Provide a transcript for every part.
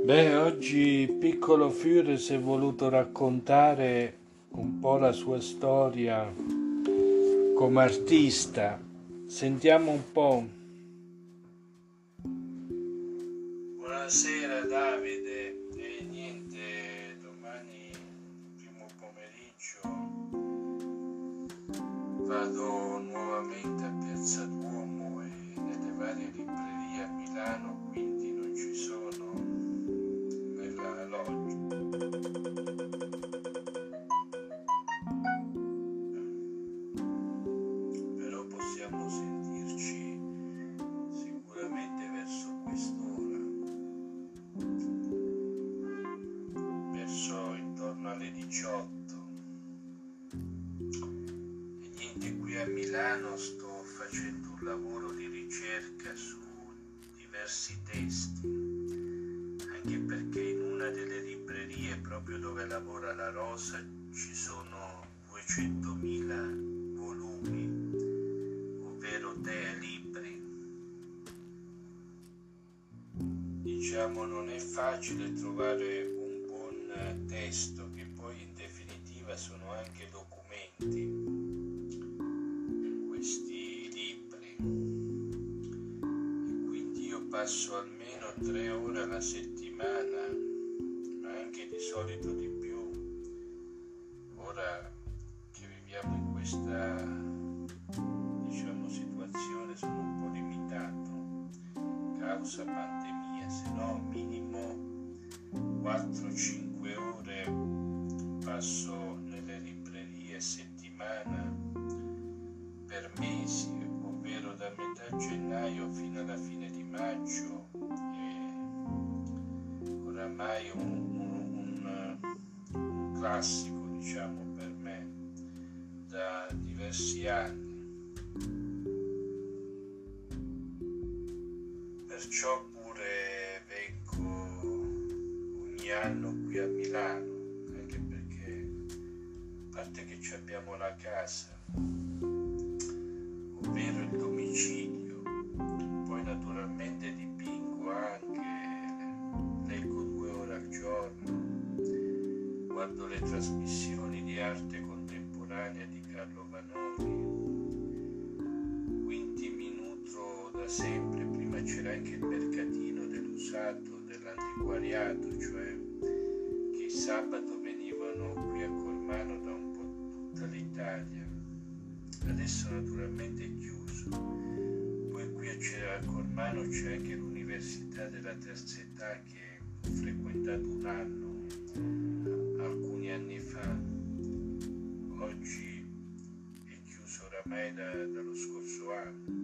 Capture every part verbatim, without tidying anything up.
Beh, oggi Piccolo Fiore si è voluto raccontare un po' la sua storia come artista. Sentiamo un po'. Buonasera Davide, e niente, domani primo pomeriggio vado nuovamente a Piazza Duomo e nelle varie librerie a Milano, quindi non ci sono nella loggia. Però possiamo sentirci sicuramente verso quest'ora, verso intorno alle diciotto. E niente, qui a Milano sto facendo un lavoro di ricerca su diversi testi, anche perché in una delle librerie proprio dove lavora la Rosa ci sono duecentomila volumi, ovvero te libri. Diciamo, non è facile trovare un buon testo, che poi in definitiva sono anche documenti, questi libri. E quindi io passo almeno tre ore alla settimana, ma anche di solito di più, ora che viviamo in questa, diciamo, situazione. Sono un po' limitato causa pandemia, se no minimo quattro cinque ore passo nelle librerie settimana per mesi, ovvero da metà gennaio fino alla fine di maggio. È oramai un, un, un classico, diciamo, per me da diversi anni. Perciò pure vengo ogni anno qui a Milano, anche perché, a parte che ci abbiamo la casa, ovvero il domicilio, poi naturalmente dipingo anche, leggo due ore al giorno, guardo le trasmissioni di arte contemporanea di Carlo Vanoni, quindi mi nutro da sempre. Prima c'era anche il mercatino dell'usato, dell'antiquariato, cioè che il sabato venivano qui a Cormano da un po' tutta l'Italia. Adesso naturalmente è chiuso. Poi qui a Cormano c'è anche l'Università della Terza Età, che ho frequentato un anno, alcuni anni fa. Oggi è chiuso oramai da, dallo scorso anno.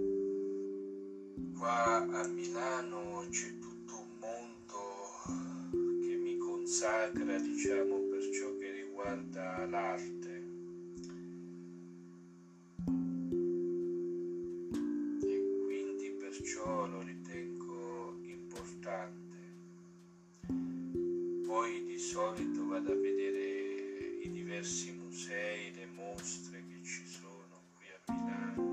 Qua a Milano c'è tutto un mondo che mi consacra, diciamo, per ciò che riguarda l'arte. E quindi perciò lo ritengo importante. Poi di solito vado a vedere i diversi musei, le mostre che ci sono qui a Milano.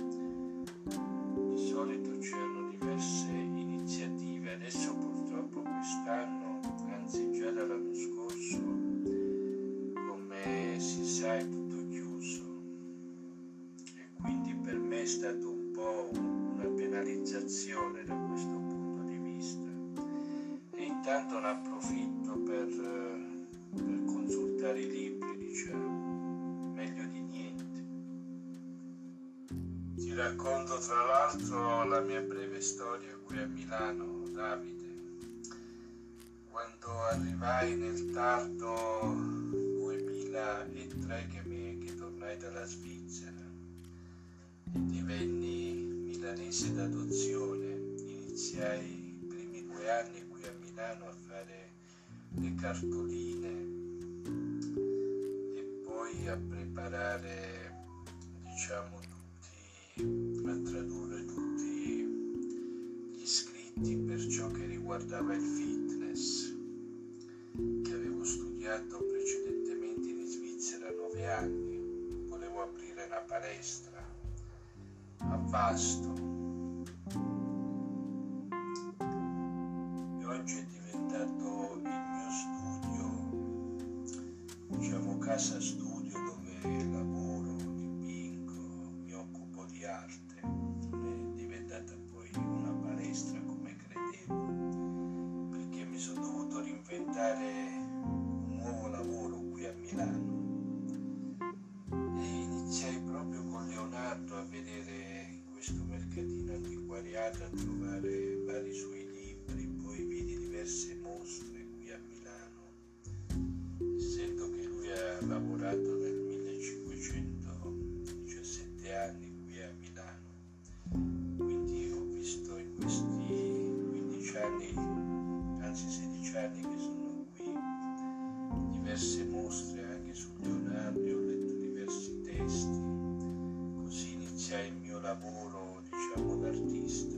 Di solito c'erano diverse iniziative, adesso purtroppo quest'anno, anzi già dall'anno scorso, come si sa, è tutto chiuso, e quindi per me è stato un po' una penalizzazione da questo punto di vista. E intanto ne approfitto per, per consultare i libri, diciamo, meglio di niente. Ti racconto tra l'altro la mia breve storia qui a Milano, Davide. Quando arrivai nel tardo duemilatré, che, mi, che tornai dalla Svizzera e divenni milanese d'adozione, iniziai i primi due anni qui a Milano a fare le cartoline e poi a preparare, diciamo, a tradurre tutti gli scritti per ciò che riguardava il fitness, che avevo studiato precedentemente in Svizzera nove anni. Volevo aprire una palestra a Vasto e oggi è diventato casa studio dove lavoro, dipingo, mi occupo di arte, non è diventata poi una palestra come credevo, perché mi sono dovuto reinventare un nuovo lavoro qui a Milano e iniziai proprio con Leonardo a vedere in questo mercatino antiquariato, a trovare vari suoi libri, poi vidi diverse mostre qui a Milano, essendo che lui ha lavorato nel millecinquecentodiciassette anni qui a Milano, quindi ho visto in questi quindici anni, anzi sedici anni che sono qui, diverse mostre anche su Leonardo, ho letto diversi testi, così iniziai il mio lavoro, diciamo, d'artista.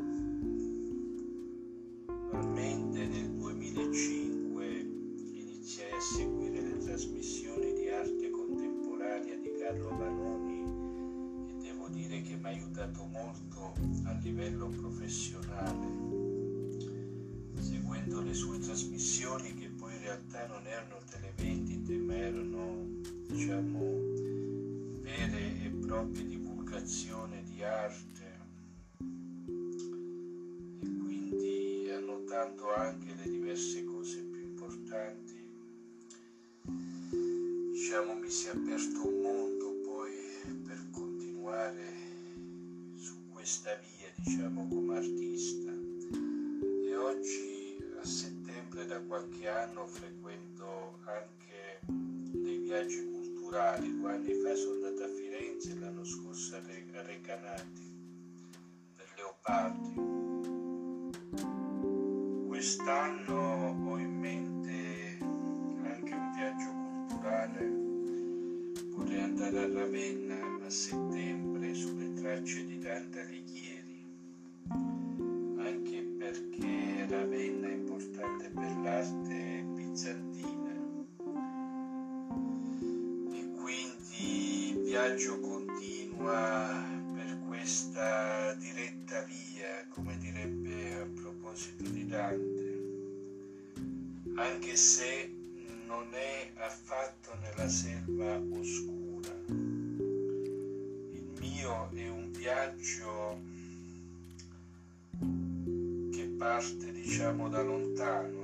Normalmente nel duemilacinque iniziai a seguire le trasmissioni di arte contemporanea di Carlo Vanoni e devo dire che mi ha aiutato molto a livello professionale, seguendo le sue trasmissioni che poi in realtà non erano televendite ma erano, diciamo, vere e proprie divulgazioni di arte, e quindi annotando anche le diverse cose più importanti, diciamo, mi si è aperto un mondo poi per continuare su questa via, diciamo, come artista. E oggi a settembre da qualche anno frequento anche dei viaggi culturali. Due anni fa sono andato a Firenze, l'anno scorso a Recanati per Leopardi. Quest'anno ho in mente anche un viaggio culturale, vorrei andare a Ravenna a settembre sulle tracce di Dante Alighieri, anche perché Ravenna è importante per l'arte bizantina e quindi il viaggio continua per questa diretta via, come direbbe a proposito di Dante, anche se non è affatto nella selva oscura. Il mio è un viaggio che parte, diciamo, da lontano,